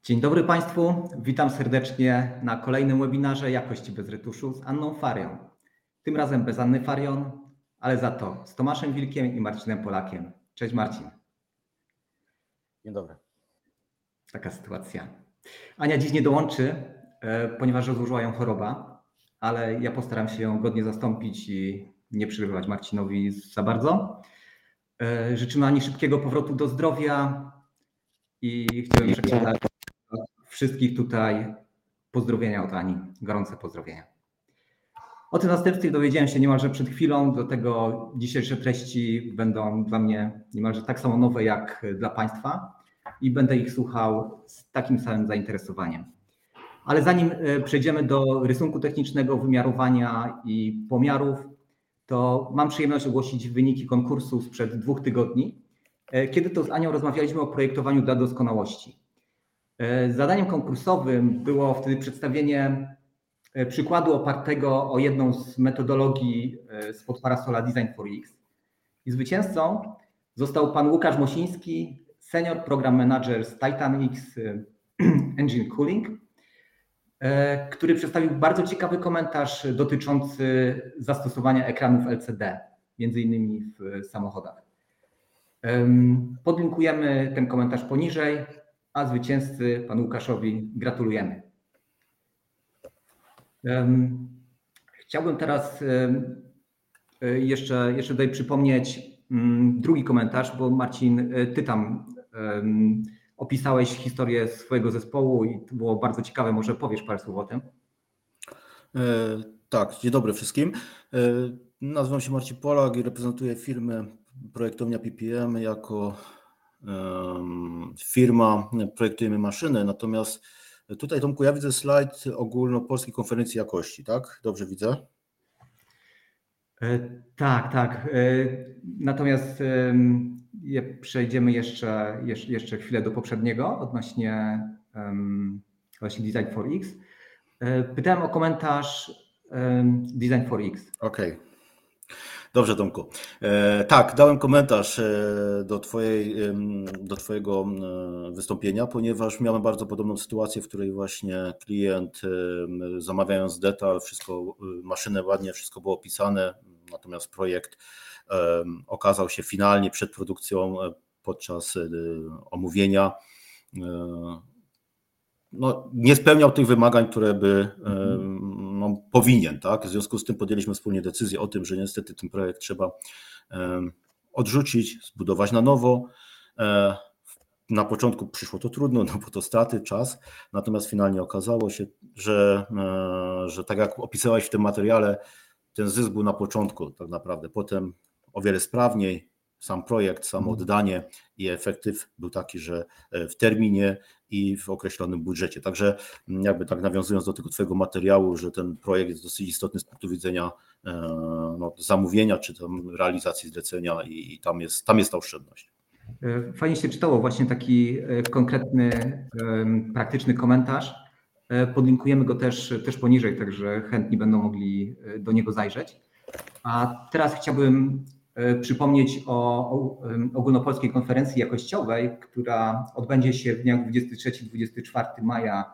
Dzień dobry Państwu, witam serdecznie na kolejnym webinarze Jakości bez retuszu z Anną Farią. Tym razem bez Anny Farion, ale za to z Tomaszem Wilkiem i Marcinem Polakiem. Cześć Marcin. Dzień dobry. Taka sytuacja. Ania dziś nie dołączy, ponieważ rozłożyła ją choroba, ale ja postaram się ją godnie zastąpić i nie przerywać Marcinowi za bardzo. Życzymy Ani szybkiego powrotu do zdrowia i chciałem przekazać wszystkich tutaj pozdrowienia od Ani, gorące pozdrowienia. O tym następstwie dowiedziałem się niemalże przed chwilą, do tego dzisiejsze treści będą dla mnie niemalże tak samo nowe jak dla Państwa i będę ich słuchał z takim samym zainteresowaniem. Ale zanim przejdziemy do rysunku technicznego, wymiarowania i pomiarów, to mam przyjemność ogłosić wyniki konkursu sprzed 2 tygodni, kiedy to z Anią rozmawialiśmy o projektowaniu dla doskonałości. Zadaniem konkursowym było wtedy przedstawienie przykładu opartego o jedną z metodologii spod parasola Design for X. I zwycięzcą został pan Łukasz Mosiński, Senior Program Manager z Titan X Engine Cooling, który przedstawił bardzo ciekawy komentarz dotyczący zastosowania ekranów LCD, między innymi w samochodach. Podlinkujemy ten komentarz poniżej, a zwycięzcy panu Łukaszowi gratulujemy. Chciałbym teraz jeszcze tutaj przypomnieć drugi komentarz, bo Marcin, ty tam opisałeś historię swojego zespołu i to było bardzo ciekawe. Może powiesz parę słów o tym? Tak, dzień dobry wszystkim. Nazywam się Marcin Polak i reprezentuję firmę Projektownia PPM jako firma, projektujemy maszyny, natomiast tutaj, Tomku, ja widzę slajd ogólnopolskiej konferencji jakości, tak? Dobrze widzę? Tak. Natomiast przejdziemy jeszcze chwilę do poprzedniego odnośnie Design for X. Pytałem o komentarz Design for X. Okej. Dobrze, Tomku. Tak, dałem komentarz do Twojego wystąpienia, ponieważ miałem bardzo podobną sytuację, w której właśnie klient, zamawiając detal, maszynę ładnie, wszystko było opisane, natomiast projekt okazał się finalnie przed produkcją, podczas omówienia, nie spełniał tych wymagań, które by powinien, tak? W związku z tym podjęliśmy wspólnie decyzję o tym, że niestety ten projekt trzeba odrzucić, zbudować na nowo. Na początku przyszło to trudno, bo to straty, czas, natomiast finalnie okazało się, że tak jak opisałeś w tym materiale, ten zysk był na początku tak naprawdę, potem o wiele sprawniej, sam projekt, samo oddanie i efektyw był taki, że w terminie i w określonym budżecie. Także jakby tak nawiązując do tego Twojego materiału, że ten projekt jest dosyć istotny z punktu widzenia zamówienia czy tam realizacji zlecenia i tam jest ta oszczędność. Fajnie się czytało właśnie taki konkretny, praktyczny komentarz. Podlinkujemy go też poniżej, także chętni będą mogli do niego zajrzeć. A teraz chciałbym przypomnieć o ogólnopolskiej konferencji jakościowej, która odbędzie się w dniach 23-24 maja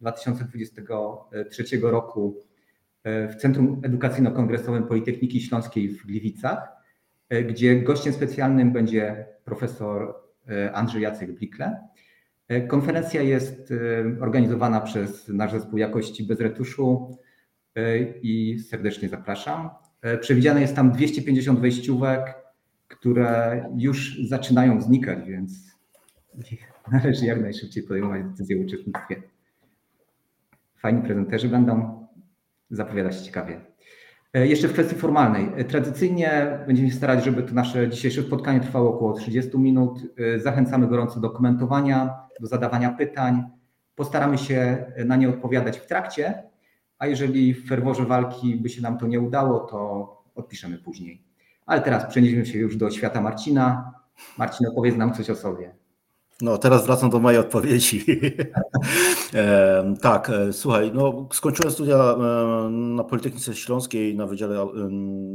2023 roku w Centrum Edukacyjno-Kongresowym Politechniki Śląskiej w Gliwicach, gdzie gościem specjalnym będzie profesor Andrzej Jacek Blikle. Konferencja jest organizowana przez nasz zespół Jakości bez retuszu i serdecznie zapraszam. Przewidziane jest tam 250 wejściówek, które już zaczynają znikać, więc należy jak najszybciej podejmować decyzję o uczestnictwie. Fajni prezenterzy będą, zapowiada się ciekawie. Jeszcze w kwestii formalnej. Tradycyjnie będziemy się starać, żeby to nasze dzisiejsze spotkanie trwało około 30 minut. Zachęcamy gorąco do komentowania, do zadawania pytań. Postaramy się na nie odpowiadać w trakcie, a jeżeli w ferworze walki by się nam to nie udało, to odpiszemy później. Ale teraz przenieśmy się już do świata Marcina. Marcin, opowiedz nam coś o sobie. Teraz wracam do mojej odpowiedzi. Tak, słuchaj, skończyłem studia na Politechnice Śląskiej na Wydziale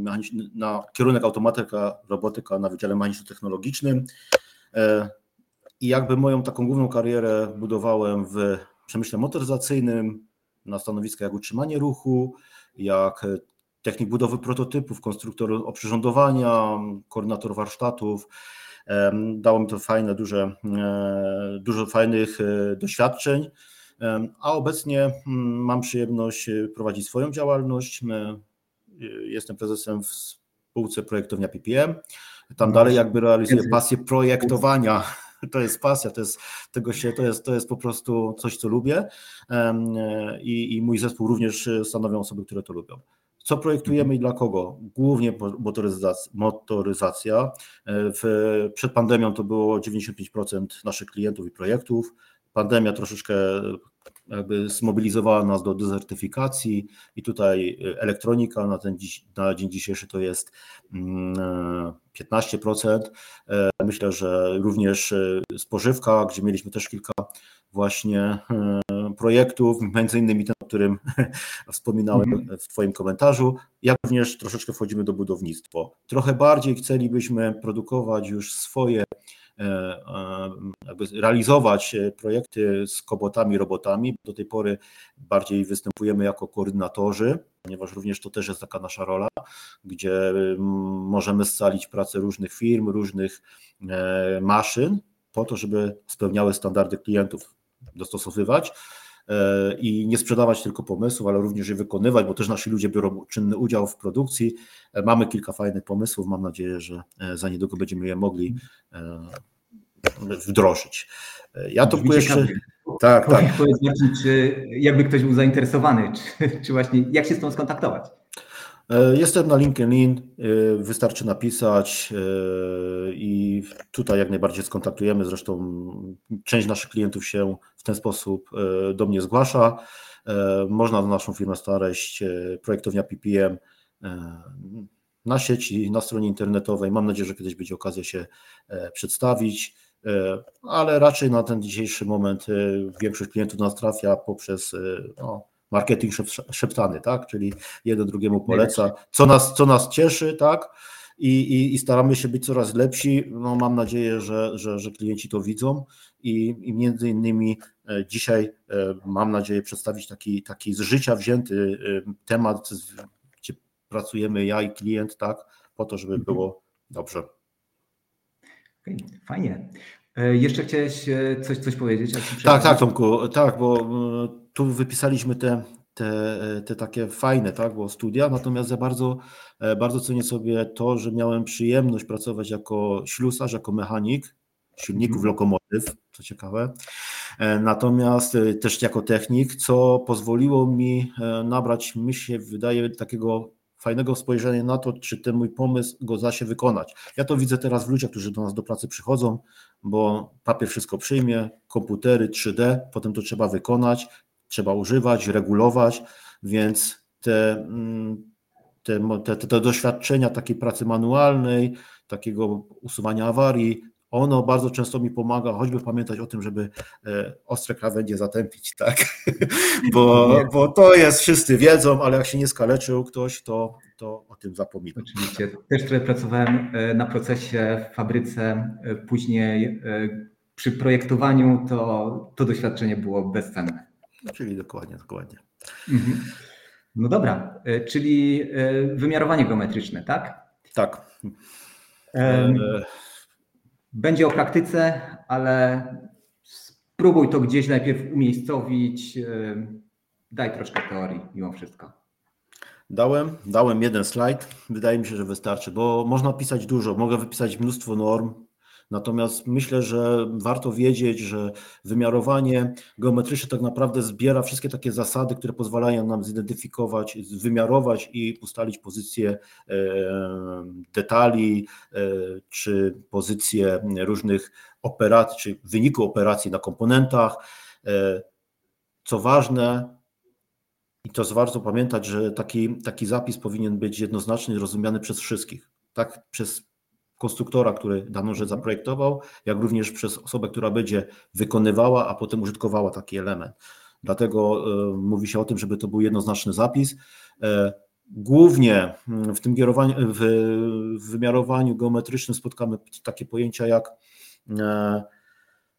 na kierunek automatyka, robotyka na Wydziale Mechaniczno-Technologicznym. I jakby moją taką główną karierę budowałem w przemyśle motoryzacyjnym, na stanowiskach jak utrzymanie ruchu, jak technik budowy prototypów, konstruktor oprzyrządowania, koordynator warsztatów. Dało mi to fajne, dużo fajnych doświadczeń, a obecnie mam przyjemność prowadzić swoją działalność. Jestem prezesem w spółce Projektownia PPM. Tam dalej jakby realizuję pasję projektowania. To jest pasja, to jest po prostu coś, co lubię, i mój zespół również stanowią osoby, które to lubią. Co projektujemy i dla kogo? Głównie motoryzacja. Przed pandemią to było 95% naszych klientów i projektów. Pandemia troszeczkę jakby zmobilizowała nas do dezertyfikacji i tutaj elektronika na dzień dzisiejszy to jest 15%. Myślę, że również spożywka, gdzie mieliśmy też kilka właśnie projektów, między innymi ten, o którym wspominałem w Twoim komentarzu, jak również troszeczkę wchodzimy do budownictwa. Trochę bardziej chcielibyśmy produkować już swoje, jakby realizować projekty z kobotami, robotami. Do tej pory bardziej występujemy jako koordynatorzy, ponieważ również to też jest taka nasza rola, gdzie możemy scalić pracę różnych firm, różnych maszyn po to, żeby spełniały standardy klientów, dostosowywać i nie sprzedawać tylko pomysłów, ale również je wykonywać, bo też nasi ludzie biorą czynny udział w produkcji. Mamy kilka fajnych pomysłów, mam nadzieję, że za niedługo będziemy je mogli wdrożyć. Ja to jeszcze... Tak. Powiedz Marcin, czy jakby ktoś był zainteresowany, czy właśnie jak się z tą skontaktować? Jestem na LinkedIn, wystarczy napisać i tutaj jak najbardziej skontaktujemy. Zresztą część naszych klientów się w ten sposób do mnie zgłasza. Można na naszą firmę znaleźć Projektownia PPM na sieci, na stronie internetowej. Mam nadzieję, że kiedyś będzie okazja się przedstawić, ale raczej na ten dzisiejszy moment większość klientów nas trafia poprzez marketing szeptany, tak? Czyli jeden drugiemu poleca, co nas cieszy, tak? I staramy się być coraz lepsi. No, mam nadzieję, że klienci to widzą i między innymi dzisiaj mam nadzieję przedstawić taki z życia wzięty temat, gdzie pracujemy ja i klient, tak? Po to, żeby było dobrze. Okay, fajnie. Jeszcze chciałeś coś powiedzieć? Tak, Tomku, tak, bo tu wypisaliśmy te takie fajne, tak, bo studia, natomiast ja bardzo cenię sobie to, że miałem przyjemność pracować jako ślusarz, jako mechanik silników, lokomotyw, co ciekawe, natomiast też jako technik, co pozwoliło mi nabrać, mi się wydaje, takiego fajnego spojrzenia na to, czy ten mój pomysł go da się wykonać. Ja to widzę teraz w ludziach, którzy do nas do pracy przychodzą, bo papier wszystko przyjmie, komputery 3D, potem to trzeba wykonać, trzeba używać, regulować, więc te doświadczenia takiej pracy manualnej, takiego usuwania awarii, ono bardzo często mi pomaga, choćby pamiętać o tym, żeby ostre krawędzie zatępić, tak? bo to jest, wszyscy wiedzą, ale jak się nie skaleczył ktoś, to o tym zapomina. Oczywiście. Też trochę pracowałem na procesie w fabryce, później przy projektowaniu to doświadczenie było bezcenne. Czyli dokładnie. Mhm. No dobra, czyli wymiarowanie geometryczne, tak? Tak. Będzie o praktyce, ale spróbuj to gdzieś najpierw umiejscowić. Daj troszkę teorii mimo wszystko. Dałem jeden slajd. Wydaje mi się, że wystarczy, bo można pisać dużo. Mogę wypisać mnóstwo norm. Natomiast myślę, że warto wiedzieć, że wymiarowanie geometryczne tak naprawdę zbiera wszystkie takie zasady, które pozwalają nam zidentyfikować, wymiarować i ustalić pozycję detali, czy pozycję różnych operacji, czy wyniku operacji na komponentach. Co ważne, i to warto pamiętać, że taki zapis powinien być jednoznaczny i rozumiany przez wszystkich, tak? Przez konstruktora, który daną rzecz zaprojektował, jak również przez osobę, która będzie wykonywała, a potem użytkowała taki element. Dlatego mówi się o tym, żeby to był jednoznaczny zapis. Głównie w tym w wymiarowaniu geometrycznym spotkamy takie pojęcia jak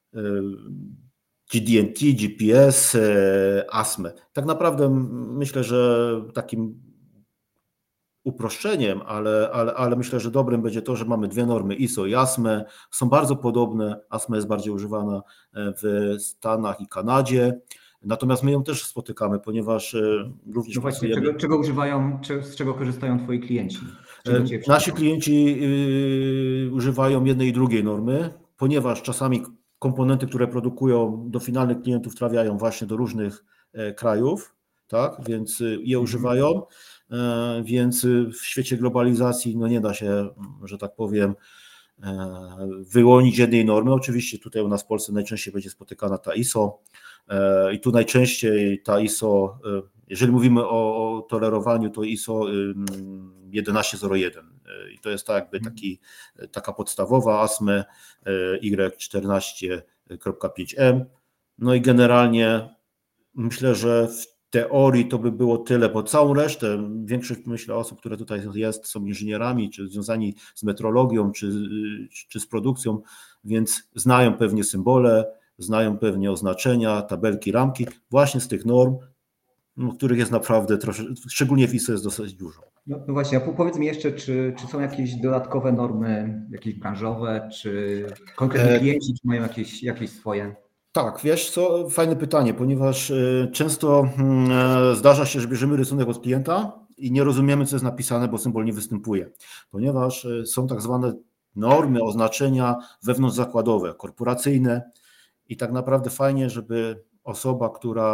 GDNT, GPS, ASME. Tak naprawdę myślę, że takim uproszczeniem, ale myślę, że dobrym będzie to, że mamy dwie normy ISO i ASME. Są bardzo podobne. ASME jest bardziej używana w Stanach i Kanadzie. Natomiast my ją też spotykamy, ponieważ również No właśnie, pracujemy. czego używają, z czego korzystają twoi klienci? Czym do ciebie Nasi przychodzą? klienci używają jednej i drugiej normy, ponieważ czasami komponenty, które produkują do finalnych klientów, trafiają właśnie do różnych krajów, tak, więc je używają. Więc w świecie globalizacji no nie da się, że tak powiem, wyłonić jednej normy. Oczywiście tutaj u nas w Polsce najczęściej będzie spotykana ta ISO i tu najczęściej ta ISO, jeżeli mówimy o tolerowaniu, to ISO 1101 i to jest tak jakby taka podstawowa ASME Y14.5M. No i generalnie myślę, że w teorii to by było tyle, bo całą resztę, większość myślę osób, które tutaj jest, są inżynierami, czy związani z metrologią, czy z produkcją, więc znają pewnie symbole, znają pewnie oznaczenia, tabelki, ramki, właśnie z tych norm, których jest naprawdę szczególnie w ISO jest dosyć dużo. No właśnie, a powiedz mi jeszcze, czy są jakieś dodatkowe normy, jakieś branżowe, czy konkretni klienci, czy mają jakieś swoje? Tak, wiesz co, fajne pytanie, ponieważ często zdarza się, że bierzemy rysunek od klienta i nie rozumiemy, co jest napisane, bo symbol nie występuje, ponieważ są tak zwane normy, oznaczenia wewnątrzzakładowe, korporacyjne i tak naprawdę fajnie, żeby osoba,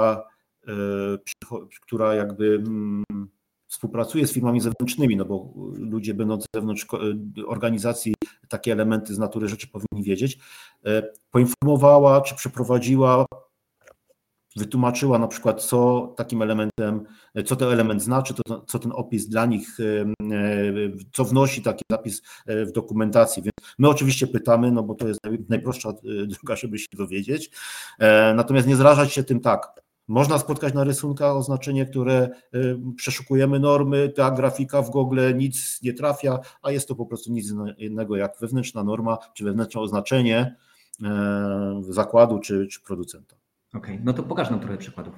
która jakby współpracuje z firmami zewnętrznymi, no bo ludzie będący zewnątrz organizacji takie elementy z natury rzeczy powinni wiedzieć, poinformowała czy przeprowadziła, wytłumaczyła na przykład, co takim elementem, co ten element znaczy, co ten opis dla nich, co wnosi taki zapis w dokumentacji. Więc my oczywiście pytamy, no bo to jest najprostsza droga, żeby się dowiedzieć, natomiast nie zrażać się tym tak. Można spotkać na rysunkach oznaczenie, które przeszukujemy normy, ta grafika w Google nic nie trafia, a jest to po prostu nic innego jak wewnętrzna norma, czy wewnętrzne oznaczenie zakładu, czy producenta. Okej, no to pokaż nam trochę przykładów.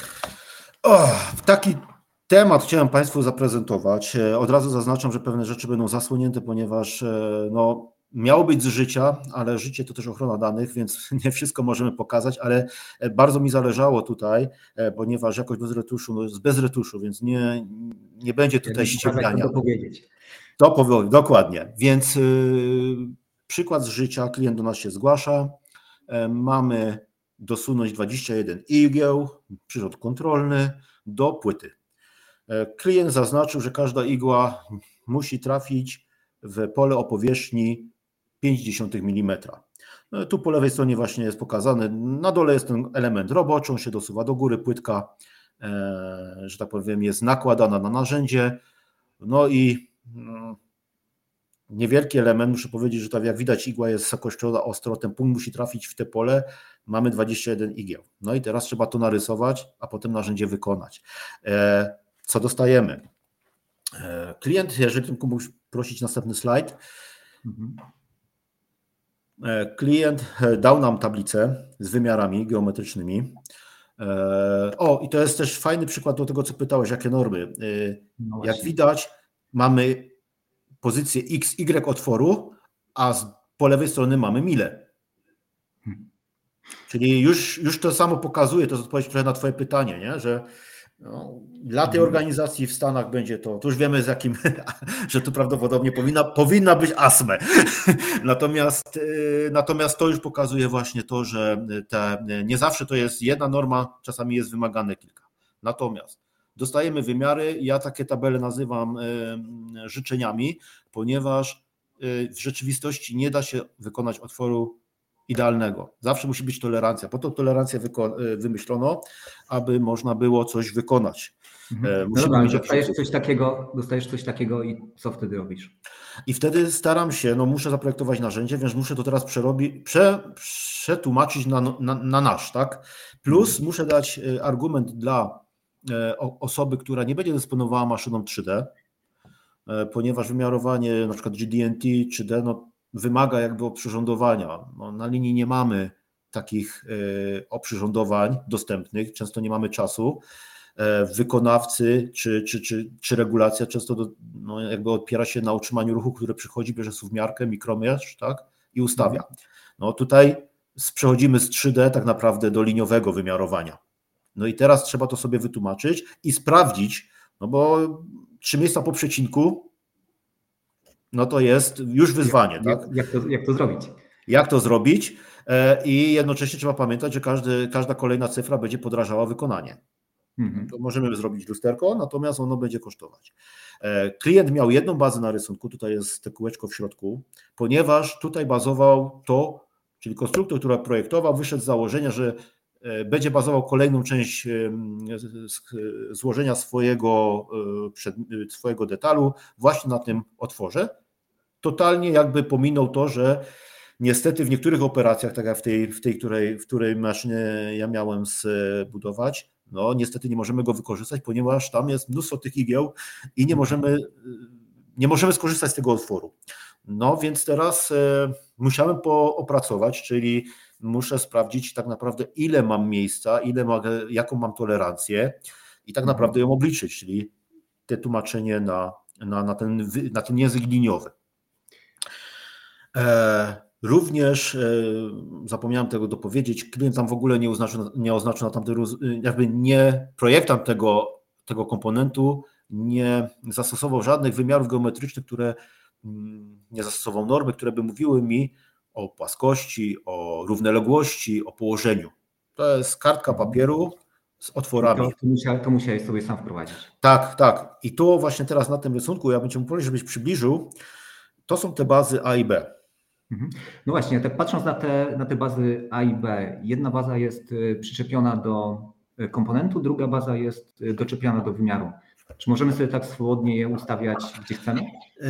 Taki temat chciałem Państwu zaprezentować. Od razu zaznaczam, że pewne rzeczy będą zasłonięte, ponieważ no, miało być z życia, ale życie to też ochrona danych, więc nie wszystko możemy pokazać, ale bardzo mi zależało tutaj, ponieważ jakoś bez retuszu, no jest bez retuszu, więc nie będzie tutaj ściemniania. To powiedzieć. To powiem, dokładnie. Więc przykład z życia, klient do nas się zgłasza, mamy dosunąć 21 igieł, przyrząd kontrolny do płyty. Klient zaznaczył, że każda igła musi trafić w pole o powierzchni 0,5 mm. Tu po lewej stronie właśnie jest pokazany, na dole jest ten element roboczy, on się dosuwa do góry, płytka, że tak powiem, jest nakładana na narzędzie, no i niewielki element, muszę powiedzieć, że tak jak widać igła jest wysokościowa, ostro, ten punkt musi trafić w te pole, mamy 21 igieł. No i teraz trzeba to narysować, a potem narzędzie wykonać. Co dostajemy? Klient, jeżeli mógł prosić następny slajd, klient dał nam tablicę z wymiarami geometrycznymi. I to jest też fajny przykład do tego, co pytałeś, jakie normy. No jak widać, mamy pozycję X, Y otworu, a po lewej stronie mamy mile. Czyli już to samo pokazuje, to jest odpowiedź trochę na Twoje pytanie, nie? Że no, dla tej organizacji w Stanach będzie to już wiemy z jakim, że tu prawdopodobnie powinna być ASME. Natomiast to już pokazuje właśnie to, że nie zawsze to jest jedna norma, czasami jest wymagane kilka. Natomiast dostajemy wymiary, ja takie tabele nazywam życzeniami, ponieważ w rzeczywistości nie da się wykonać otworu idealnego. Zawsze musi być tolerancja. Po to tolerancję wymyślono, aby można było coś wykonać. No dobra, dostajesz coś takiego i co wtedy robisz? I wtedy staram się, muszę zaprojektować narzędzie, więc muszę to teraz przetłumaczyć na nasz, tak? Plus muszę dać argument dla osoby, która nie będzie dysponowała maszyną 3D, ponieważ wymiarowanie na przykład GDNT 3D wymaga jakby oprzyrządowania. Na linii nie mamy takich oprzyrządowań dostępnych, często nie mamy czasu. Wykonawcy czy regulacja często jakby opiera się na utrzymaniu ruchu, który przychodzi, bierze suwmiarkę, mikromierz, tak, i ustawia. No tutaj przechodzimy z 3D tak naprawdę do liniowego wymiarowania. No i teraz trzeba to sobie wytłumaczyć i sprawdzić, no bo 3 miejsca po przecinku, no to jest już wyzwanie, tak? Jak to zrobić? Jak to zrobić? I jednocześnie trzeba pamiętać, że każda kolejna cyfra będzie podrażała wykonanie. To możemy zrobić lusterko, natomiast ono będzie kosztować. Klient miał jedną bazę na rysunku, tutaj jest te kółeczko w środku, ponieważ tutaj bazował to, czyli konstruktor, który projektował, wyszedł z założenia, że będzie bazował kolejną część złożenia swojego detalu właśnie na tym otworze. Totalnie jakby pominął to, że niestety w niektórych operacjach, tak jak w której maszynie ja miałem zbudować, no niestety nie możemy go wykorzystać, ponieważ tam jest mnóstwo tych igieł i nie możemy skorzystać z tego otworu. No więc teraz musiałem opracować, czyli muszę sprawdzić tak naprawdę, ile mam miejsca, jaką mam tolerancję i tak naprawdę ją obliczyć, czyli te tłumaczenie na ten język liniowy. Również zapomniałem tego dopowiedzieć, klient tam w ogóle nie oznaczył na tamtym, jakby nie projektant tego komponentu nie zastosował żadnych wymiarów geometrycznych, nie zastosował normy, które by mówiły mi o płaskości, o równoległości, o położeniu. To jest kartka papieru z otworami. To musiałeś sobie sam wprowadzić. Tak. I tu właśnie teraz na tym rysunku, ja bym Cię prosił, żebyś przybliżył, to są te bazy A i B. No właśnie, patrząc na te bazy A i B, jedna baza jest przyczepiona do komponentu, druga baza jest doczepiona do wymiaru. Czy możemy sobie tak swobodnie je ustawiać, gdzie chcemy?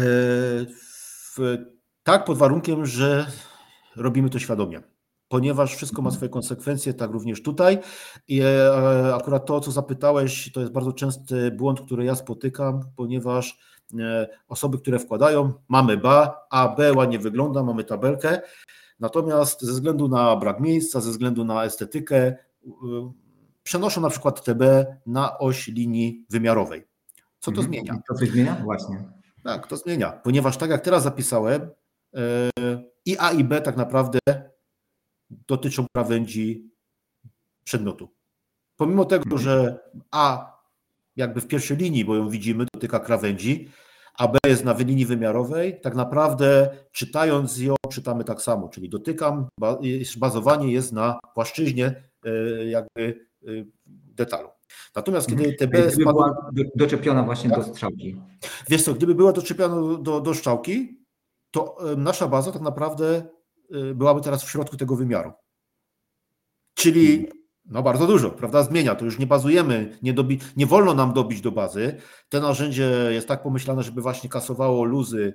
Tak, pod warunkiem, że robimy to świadomie, ponieważ wszystko ma swoje konsekwencje, tak również tutaj. I akurat to, o co zapytałeś, to jest bardzo częsty błąd, który ja spotykam, ponieważ osoby, które wkładają, mamy A, B ładnie wygląda, mamy tabelkę, natomiast ze względu na brak miejsca, ze względu na estetykę, przenoszą na przykład TB na oś linii wymiarowej. Co to zmienia? To coś zmienia? Właśnie. Tak, to zmienia, ponieważ tak jak teraz zapisałem, i A i B tak naprawdę dotyczą krawędzi przedmiotu. Pomimo tego, że A jakby w pierwszej linii, bo ją widzimy, dotyka krawędzi, a B jest na linii wymiarowej, tak naprawdę czytając ją, czytamy tak samo, czyli bazowanie jest na płaszczyźnie jakby detalu. Natomiast kiedy TB gdyby była doczepiona właśnie do strzałki. Wiesz co, gdyby była doczepiona do strzałki, to nasza baza tak naprawdę byłaby teraz w środku tego wymiaru. Czyli no bardzo dużo, prawda? Zmienia. To już nie bazujemy, nie wolno nam dobić do bazy. To narzędzie jest tak pomyślane, żeby właśnie kasowało luzy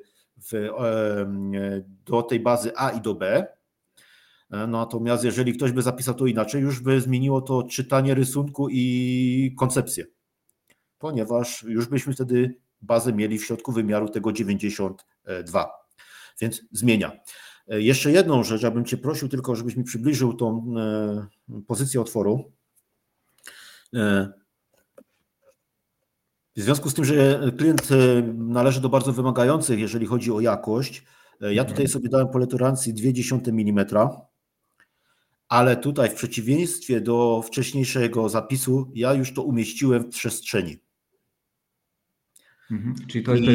do tej bazy A i do B. Natomiast jeżeli ktoś by zapisał to inaczej, już by zmieniło to czytanie rysunku i koncepcję. Ponieważ już byśmy wtedy bazę mieli w środku wymiaru tego 92. Więc zmienia. Jeszcze jedną rzecz, ja bym Cię prosił tylko, żebyś mi przybliżył tą pozycję otworu. W związku z tym, że klient należy do bardzo wymagających, jeżeli chodzi o jakość, ja tutaj sobie dałem pole tolerancji 0,2 mm, ale tutaj w przeciwieństwie do wcześniejszego zapisu, ja już to umieściłem w przestrzeni. Czyli to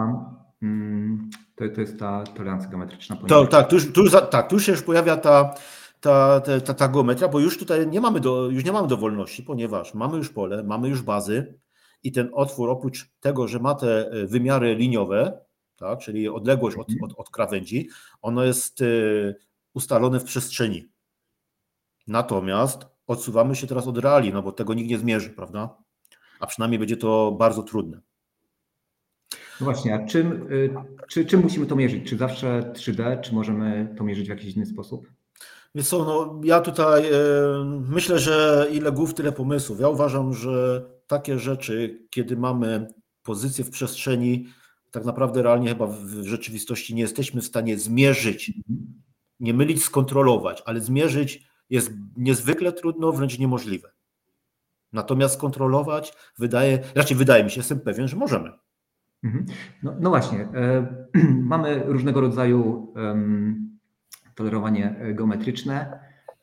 jest ta tolerancja geometryczna. Tu się już pojawia ta geometria, bo już tutaj nie mamy dowolności, ponieważ mamy już pole, mamy już bazy i ten otwór oprócz tego, że ma te wymiary liniowe, tak, czyli odległość od krawędzi, ono jest ustalone w przestrzeni. Natomiast odsuwamy się teraz od reali, no bo tego nikt nie zmierzy, prawda? A przynajmniej będzie to bardzo trudne. No właśnie, a czym musimy to mierzyć? Czy zawsze 3D, czy możemy to mierzyć w jakiś inny sposób? Wiesz co, no ja tutaj myślę, że ile głów, tyle pomysłów. Ja uważam, że takie rzeczy, kiedy mamy pozycję w przestrzeni, tak naprawdę realnie chyba w rzeczywistości nie jesteśmy w stanie zmierzyć, nie mylić, skontrolować, ale zmierzyć jest niezwykle trudno, wręcz niemożliwe. Natomiast kontrolować raczej wydaje mi się, jestem pewien, że możemy. No właśnie, mamy różnego rodzaju tolerowanie geometryczne.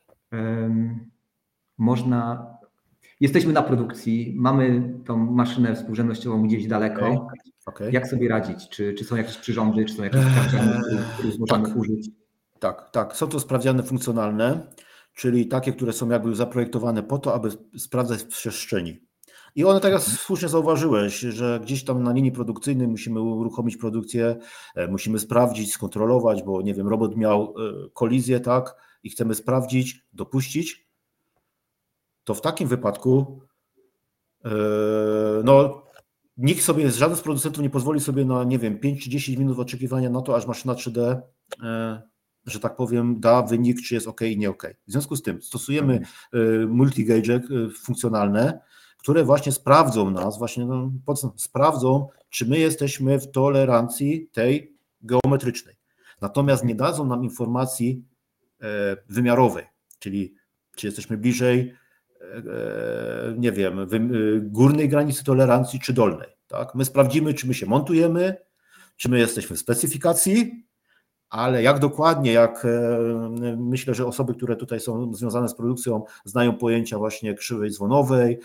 Jesteśmy na produkcji, mamy tą maszynę współrzędnościową gdzieś daleko. Okay. Jak sobie radzić? Czy są jakieś przyrządy, czy są jakieś sprawdziany, których możemy użyć? Tak. Są to sprawdziany funkcjonalne, czyli takie, które są jakby zaprojektowane po to, aby sprawdzać w przestrzeni. I one, tak jak słusznie zauważyłeś, że gdzieś tam na linii produkcyjnej musimy uruchomić produkcję, musimy sprawdzić, skontrolować, bo nie wiem, robot miał kolizję, tak, i chcemy sprawdzić, dopuścić, to w takim wypadku nikt sobie, żaden z producentów nie pozwoli sobie na, nie wiem, 5 czy 10 minut oczekiwania na to, aż maszyna 3D, że tak powiem, da wynik, czy jest OK i nie OK. W związku z tym stosujemy multi-gauge funkcjonalne, które właśnie sprawdzą nas, sprawdzą, czy my jesteśmy w tolerancji tej geometrycznej. Natomiast nie dadzą nam informacji wymiarowej, czyli czy jesteśmy bliżej, nie wiem, górnej granicy tolerancji, czy dolnej. Tak? My sprawdzimy, czy my się montujemy, czy my jesteśmy w specyfikacji, ale jak dokładnie, myślę, że osoby, które tutaj są związane z produkcją, znają pojęcia właśnie krzywej dzwonowej,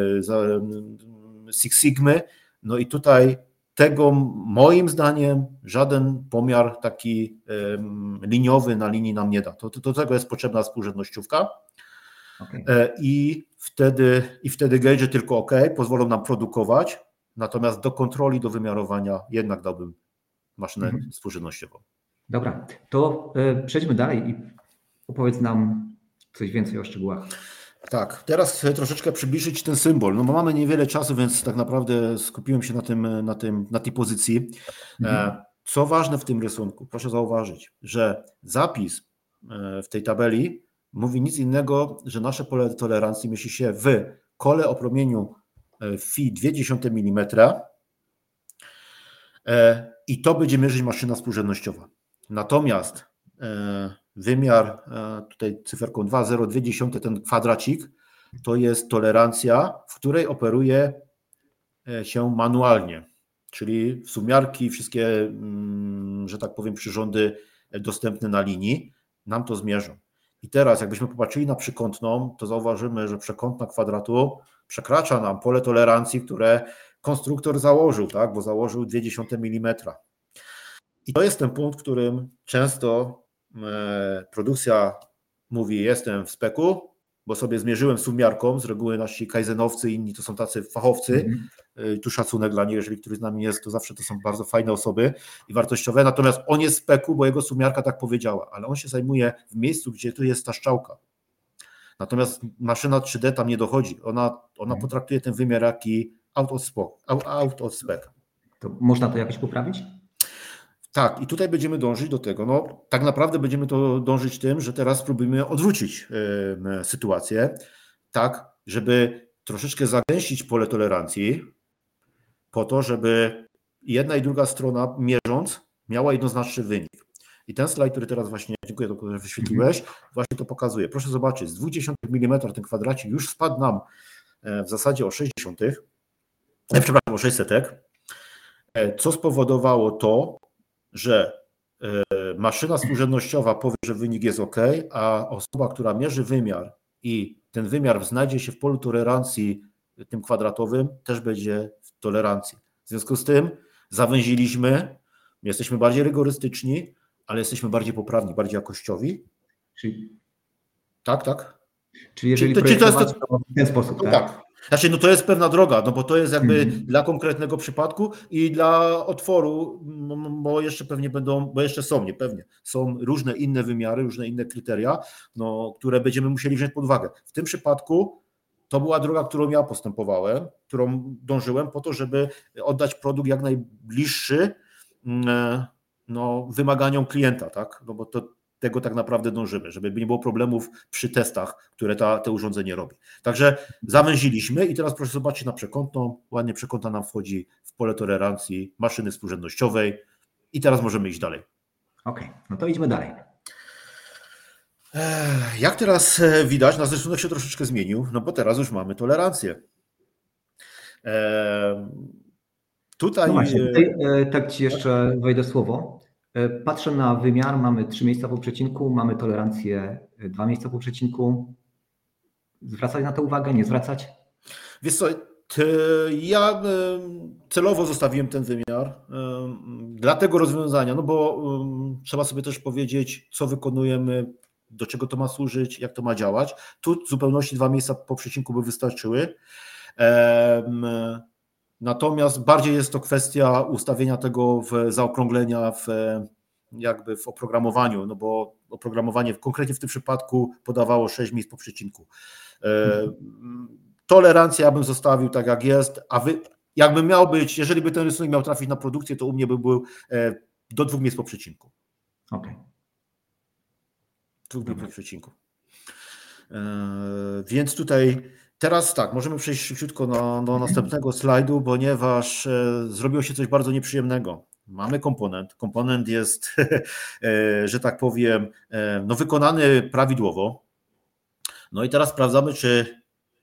Six Sigmy, no i tutaj tego moim zdaniem żaden pomiar taki liniowy na linii nam nie da. Do tego jest potrzebna współrzędnościówka. Okay. I wtedy gauge tylko OK, pozwolą nam produkować, natomiast do kontroli, do wymiarowania jednak dałbym maszynę współrzędnościową. Dobra, to przejdźmy dalej i opowiedz nam coś więcej o szczegółach. Tak, teraz chcę troszeczkę przybliżyć ten symbol. No bo mamy niewiele czasu, więc tak naprawdę skupiłem się na tej pozycji. Co ważne w tym rysunku, proszę zauważyć, że zapis w tej tabeli mówi nic innego, że nasze pole tolerancji mieści się w kole o promieniu Fi 0,2 mm i to będzie mierzyć maszyna współrzędnościowa. Natomiast wymiar, tutaj cyferką 2,02, ten kwadracik, to jest tolerancja, w której operuje się manualnie, czyli sumiarki, wszystkie, że tak powiem, przyrządy dostępne na linii nam to zmierzą. I teraz jakbyśmy popatrzyli na przekątną, to zauważymy, że przekątna kwadratu przekracza nam pole tolerancji, które konstruktor założył, tak, bo założył 0,2 mm. I to jest ten punkt, w którym często produkcja mówi, jestem w speku, bo sobie zmierzyłem sumiarką, z reguły nasi kaizenowcy, inni to są tacy fachowcy, tu szacunek dla nich, jeżeli któryś z nami jest, to zawsze to są bardzo fajne osoby i wartościowe, natomiast on jest w speku, bo jego sumiarka tak powiedziała, ale on się zajmuje w miejscu, gdzie tu jest ta strzałka. Natomiast maszyna 3D tam nie dochodzi, ona potraktuje ten wymiar jaki out of spec. To można to jakoś poprawić? Tak, i tutaj będziemy dążyć do tego. No, tak naprawdę będziemy to dążyć tym, że teraz spróbujemy odwrócić sytuację, tak, żeby troszeczkę zagęścić pole tolerancji, po to, żeby jedna i druga strona mierząc miała jednoznaczny wynik. I ten slajd, który teraz właśnie, dziękuję, że wyświetliłeś, właśnie to pokazuje. Proszę zobaczyć, z 0,2 mm ten kwadracik już spadł nam w zasadzie o 0,6, przepraszam, o 600, co spowodowało to, że maszyna współrzędnościowa powie, że wynik jest OK, a osoba, która mierzy wymiar i ten wymiar znajdzie się w polu tolerancji tym kwadratowym, też będzie w tolerancji. W związku z tym zawęziliśmy, jesteśmy bardziej rygorystyczni, ale jesteśmy bardziej poprawni, bardziej jakościowi. Tak. Czyli jeżeli to jest w ten sposób, no tak? Znaczy, no to jest pewna droga, no bo to jest jakby dla konkretnego przypadku i dla otworu, bo jeszcze pewnie bo jeszcze są, niepewnie, są różne inne wymiary, różne inne kryteria, no, które będziemy musieli wziąć pod uwagę. W tym przypadku to była droga, którą ja postępowałem, którą dążyłem po to, żeby oddać produkt jak najbliższy wymaganiom klienta, tak? No bo tego tak naprawdę dążymy, żeby nie było problemów przy testach, które te urządzenie robi. Także zawęziliśmy i teraz proszę zobaczyć na przekątną, ładnie przekątna nam wchodzi w pole tolerancji maszyny współrzędnościowej i teraz możemy iść dalej. Okej, no to idźmy dalej. Jak teraz widać, nasz rysunek się troszeczkę zmienił, no bo teraz już mamy tolerancję. No Tutaj właśnie, tak Ci jeszcze wejdę w słowo. Patrzę na wymiar, mamy 3 miejsca po przecinku, mamy tolerancję 2 miejsca po przecinku. Zwracać na to uwagę, nie zwracać? Wiesz co, ja celowo zostawiłem ten wymiar dla tego rozwiązania, no bo trzeba sobie też powiedzieć, co wykonujemy, do czego to ma służyć, jak to ma działać. Tu w zupełności 2 miejsca po przecinku by wystarczyły. Natomiast bardziej jest to kwestia ustawienia tego zaokrąglenia jakby w oprogramowaniu, no bo oprogramowanie konkretnie w tym przypadku podawało 6 miejsc po przecinku. Tolerancję ja bym zostawił tak jak jest, a jakby miał być, jeżeli by ten rysunek miał trafić na produkcję, to u mnie by był do 2 miejsc po przecinku. Okej. 2 miejsc po przecinku. Więc tutaj teraz tak, możemy przejść szybciutko do następnego slajdu, ponieważ zrobiło się coś bardzo nieprzyjemnego. Mamy komponent. Komponent jest, że tak powiem, no wykonany prawidłowo. No i teraz sprawdzamy, czy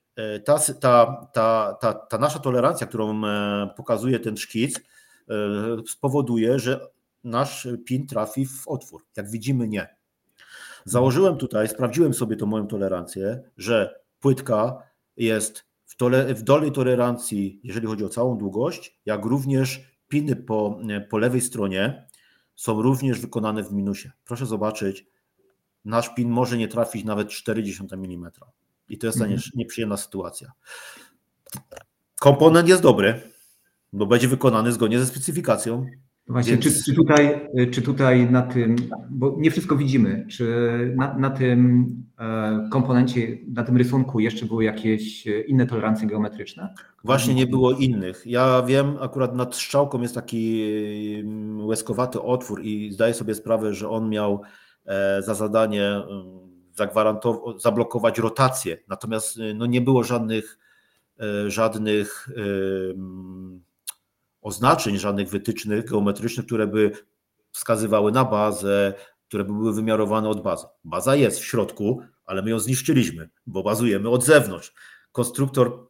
ta nasza tolerancja, którą pokazuje ten szkic, spowoduje, że nasz pin trafi w otwór. Jak widzimy, nie. Założyłem tutaj, sprawdziłem sobie tą moją tolerancję, że płytka jest w dolnej tolerancji, jeżeli chodzi o całą długość, jak również piny po lewej stronie są również wykonane w minusie. Proszę zobaczyć, nasz pin może nie trafić nawet 0,4 mm. I to jest ta nieprzyjemna sytuacja. Komponent jest dobry, bo będzie wykonany zgodnie ze specyfikacją. Właśnie, Więc... czy tutaj na tym, bo nie wszystko widzimy, czy na tym komponencie, na tym rysunku jeszcze były jakieś inne tolerancje geometryczne? Właśnie nie było innych. Ja wiem, akurat nad strzałką jest taki łezkowaty otwór i zdaję sobie sprawę, że on miał za zadanie zablokować rotację. Natomiast no, nie było żadnych oznaczeń, żadnych wytycznych geometrycznych, które by wskazywały na bazę, które by były wymiarowane od bazy. Baza jest w środku, ale my ją zniszczyliśmy, bo bazujemy od zewnątrz. Konstruktor,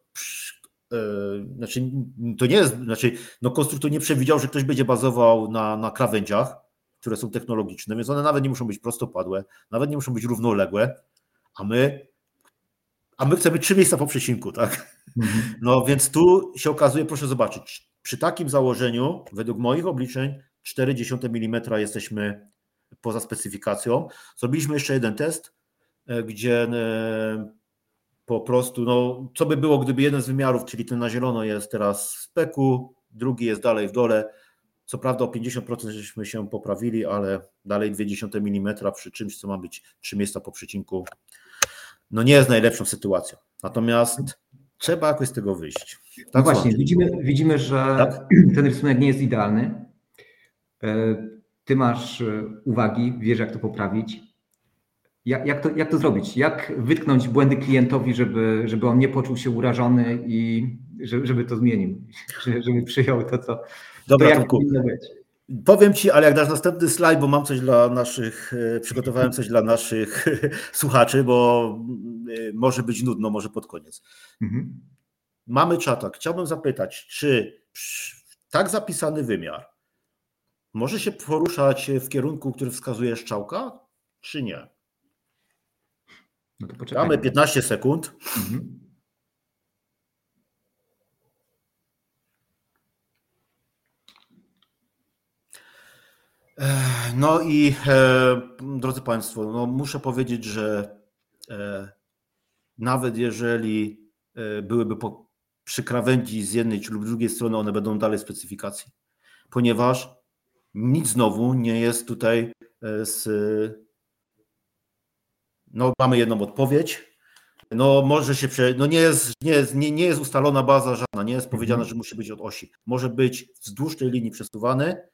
konstruktor nie przewidział, że ktoś będzie bazował na krawędziach, które są technologiczne, więc one nawet nie muszą być prostopadłe, nawet nie muszą być równoległe, a my chcemy 3 miejsca po przecinku, tak? No więc tu się okazuje, proszę zobaczyć, przy takim założeniu, według moich obliczeń, 0,4 mm jesteśmy poza specyfikacją. Zrobiliśmy jeszcze jeden test, gdzie po prostu, no co by było, gdyby jeden z wymiarów, czyli ten na zielono jest teraz w speku, drugi jest dalej w dole. Co prawda o 50% żeśmy się poprawili, ale dalej 0,2 mm przy czymś, co ma być 3 miejsca po przecinku, no nie jest najlepszą sytuacją. Natomiast trzeba jakoś z tego wyjść. Tak no właśnie, widzimy, że tak? Ten rysunek nie jest idealny. Ty masz uwagi, wiesz jak to poprawić. Jak to zrobić? Jak wytknąć błędy klientowi, żeby on nie poczuł się urażony i żeby to zmienił, żeby przyjął to, co Dobra, to jak powinno być? Powiem Ci, ale jak dasz następny slajd, bo mam coś dla przygotowałem coś dla naszych słuchaczy, bo może być nudno, może pod koniec. Mamy czata. Chciałbym zapytać, czy tak zapisany wymiar może się poruszać w kierunku, który wskazuje strzałka, czy nie? No to poczekajmy. Mamy 15 sekund. No i drodzy Państwo, no muszę powiedzieć, że nawet jeżeli byłyby przy krawędzi z jednej lub drugiej strony, one będą dalej w specyfikacji, ponieważ nic znowu nie jest tutaj no mamy jedną odpowiedź, no może się no nie jest ustalona baza żadna, nie jest powiedziane, że musi być od osi, może być wzdłuż tej linii przesuwany.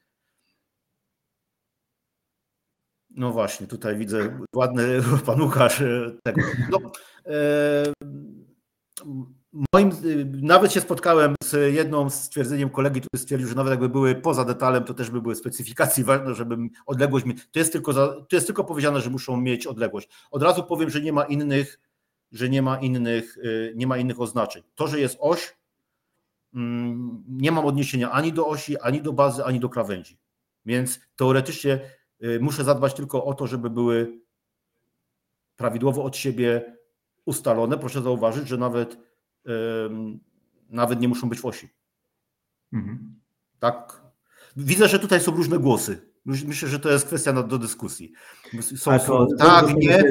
No właśnie, tutaj widzę ładny pan Łukasz tego. No, Nawet się spotkałem z jedną stwierdzeniem kolegi, który stwierdził, że nawet jakby były poza detalem, to też by były specyfikacje ważne, żeby odległość mieć. To jest tylko powiedziane, że muszą mieć odległość. Od razu powiem, że nie ma innych oznaczeń. To, że jest oś, nie mam odniesienia ani do osi, ani do bazy, ani do krawędzi. Więc teoretycznie muszę zadbać tylko o to, żeby były prawidłowo od siebie ustalone. Proszę zauważyć, że nawet nie muszą być w osi. Mhm. Tak. Widzę, że tutaj są różne głosy. Myślę, że to jest kwestia do dyskusji. Tak, nie.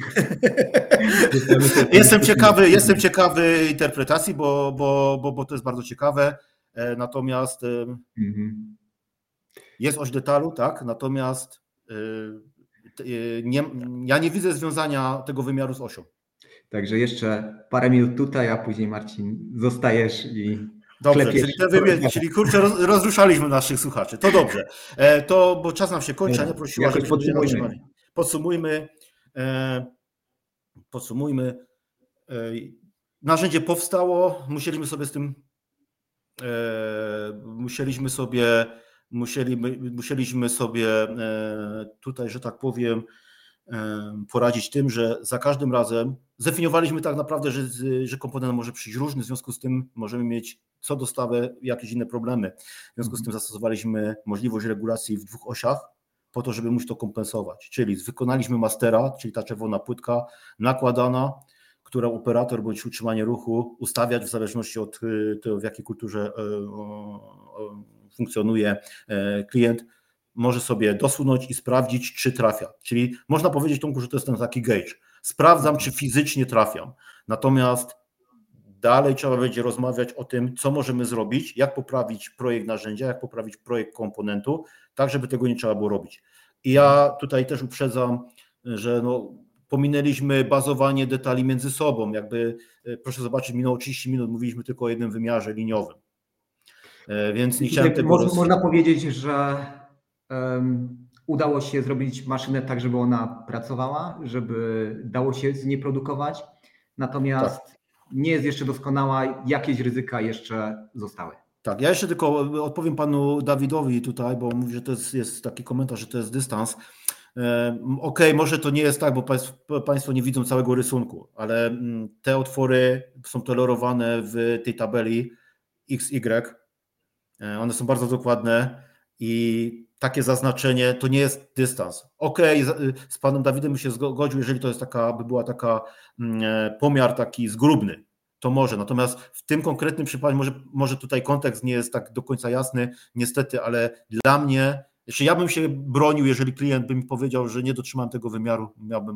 Jestem ciekawy interpretacji, bo to jest bardzo ciekawe. Natomiast jest oś detalu, tak, natomiast ja nie widzę związania tego wymiaru z osią. Także jeszcze parę minut tutaj, a później Marcin zostajesz i dobrze, klepiesz. czyli kurczę, rozruszaliśmy naszych słuchaczy. To dobrze. Bo czas nam się kończy, a nie prosiła, jakoś żebyśmy Podsumujmy. Narzędzie powstało, musieliśmy sobie tutaj, że tak powiem, poradzić tym, że za każdym razem zdefiniowaliśmy tak naprawdę, że komponent może przyjść różny, w związku z tym możemy mieć co dostawę jakieś inne problemy. W związku z tym zastosowaliśmy możliwość regulacji w 2 osiach po to, żeby móc to kompensować. Czyli wykonaliśmy mastera, czyli ta czerwona płytka nakładana, którą operator bądź utrzymanie ruchu ustawiać w zależności od tego, w jakiej kulturze funkcjonuje klient, może sobie dosunąć i sprawdzić, czy trafia. Czyli można powiedzieć, Tomku, że to jest ten taki gauge. Sprawdzam, czy fizycznie trafiam. Natomiast dalej trzeba będzie rozmawiać o tym, co możemy zrobić, jak poprawić projekt narzędzia, jak poprawić projekt komponentu, tak żeby tego nie trzeba było robić. I ja tutaj też uprzedzam, że pominęliśmy bazowanie detali między sobą. Proszę zobaczyć, minęło 30 minut, mówiliśmy tylko o jednym wymiarze liniowym. Więc nie chciałem tego... Można powiedzieć, że udało się zrobić maszynę tak, żeby ona pracowała, żeby dało się z niej produkować, natomiast nie jest jeszcze doskonała, jakieś ryzyka jeszcze zostały. Tak, ja jeszcze tylko odpowiem panu Dawidowi tutaj, bo mówi, że to jest taki komentarz, że to jest dystans. Okej, może to nie jest tak, bo państwo nie widzą całego rysunku, ale te otwory są tolerowane w tej tabeli XY. One są bardzo dokładne i takie zaznaczenie to nie jest dystans. Okej, z panem Dawidem by się zgodził, jeżeli to jest by była taka pomiar taki zgrubny, to może. Natomiast w tym konkretnym przypadku może tutaj kontekst nie jest tak do końca jasny, niestety, ale dla mnie, ja bym się bronił, jeżeli klient by mi powiedział, że nie dotrzymałem tego wymiaru,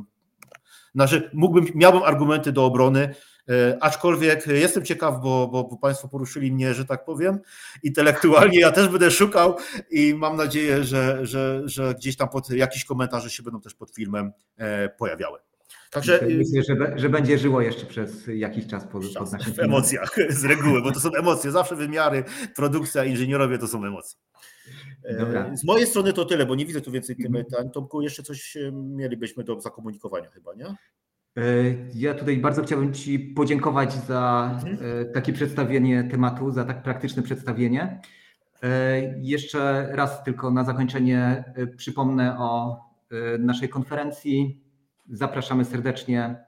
miałbym argumenty do obrony, aczkolwiek jestem ciekaw, bo państwo poruszyli mnie, że tak powiem, intelektualnie, ja też będę szukał i mam nadzieję, że gdzieś tam jakieś komentarze się będą też pod filmem pojawiały. Także myślę, że będzie żyło jeszcze przez jakiś czas pod naszym w emocjach z reguły, bo to są emocje, zawsze wymiary, produkcja, inżynierowie to są emocje. Dobra. Z mojej strony to tyle, bo nie widzę tu więcej pytań. Tomku, jeszcze coś mielibyśmy do zakomunikowania chyba, nie? Ja tutaj bardzo chciałbym ci podziękować za takie przedstawienie tematu, za tak praktyczne przedstawienie. Jeszcze raz tylko na zakończenie przypomnę o naszej konferencji. Zapraszamy serdecznie.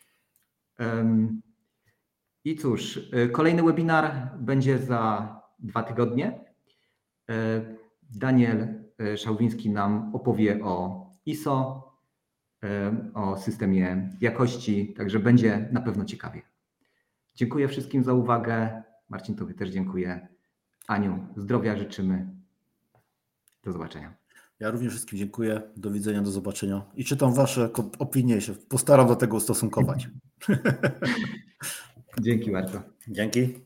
I cóż, kolejny webinar będzie za 2 tygodnie. Daniel Szałwiński nam opowie o ISO, o systemie jakości, także będzie na pewno ciekawie. Dziękuję wszystkim za uwagę. Marcin, tobie też dziękuję. Aniu, zdrowia życzymy. Do zobaczenia. Ja również wszystkim dziękuję. Do widzenia, do zobaczenia. I czytam wasze opinie, się postaram do tego ustosunkować. Dzięki bardzo. Dzięki.